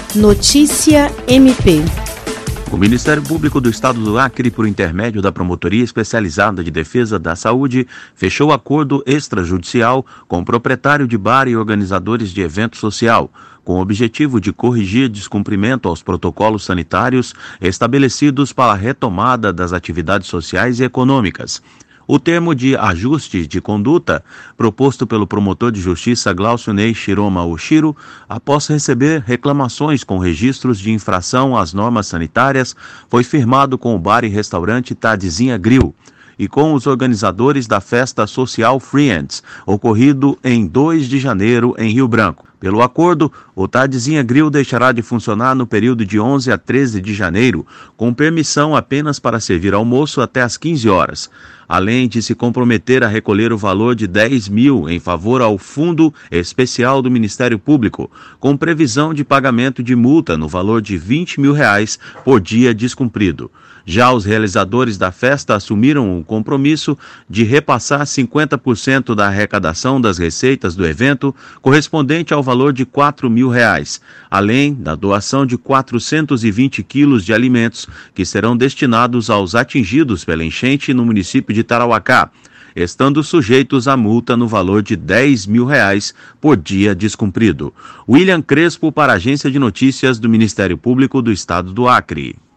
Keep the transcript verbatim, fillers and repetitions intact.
Notícia M P. O Ministério Público do Estado do Acre, por intermédio da Promotoria Especializada de Defesa da Saúde, fechou acordo extrajudicial com o proprietário de bar e organizadores de evento social, com o objetivo de corrigir descumprimento aos protocolos sanitários estabelecidos para a retomada das atividades sociais e econômicas. O termo de ajuste de conduta, proposto pelo promotor de justiça Glaucio Ney Shiroma Oshiro, após receber reclamações com registros de infração às normas sanitárias, foi firmado com o bar e restaurante Tardezinha Grill e com os organizadores da festa social Friends, ocorrido em dois de janeiro em Rio Branco. Pelo acordo, o Tardezinha Grill deixará de funcionar no período de onze a treze de janeiro, com permissão apenas para servir almoço até às quinze horas, além de se comprometer a recolher o valor de dez mil em favor ao Fundo Especial do Ministério Público, com previsão de pagamento de multa no valor de vinte mil reais por dia descumprido. Já os realizadores da festa assumiram o compromisso de repassar cinquenta por cento da arrecadação das receitas do evento, correspondente ao valor de quatro mil reais, além da doação de quatrocentos e vinte quilos de alimentos que serão destinados aos atingidos pela enchente no município de Tarauacá, estando sujeitos à multa no valor de dez mil reais por dia descumprido. William Crespo, para a Agência de Notícias do Ministério Público do Estado do Acre.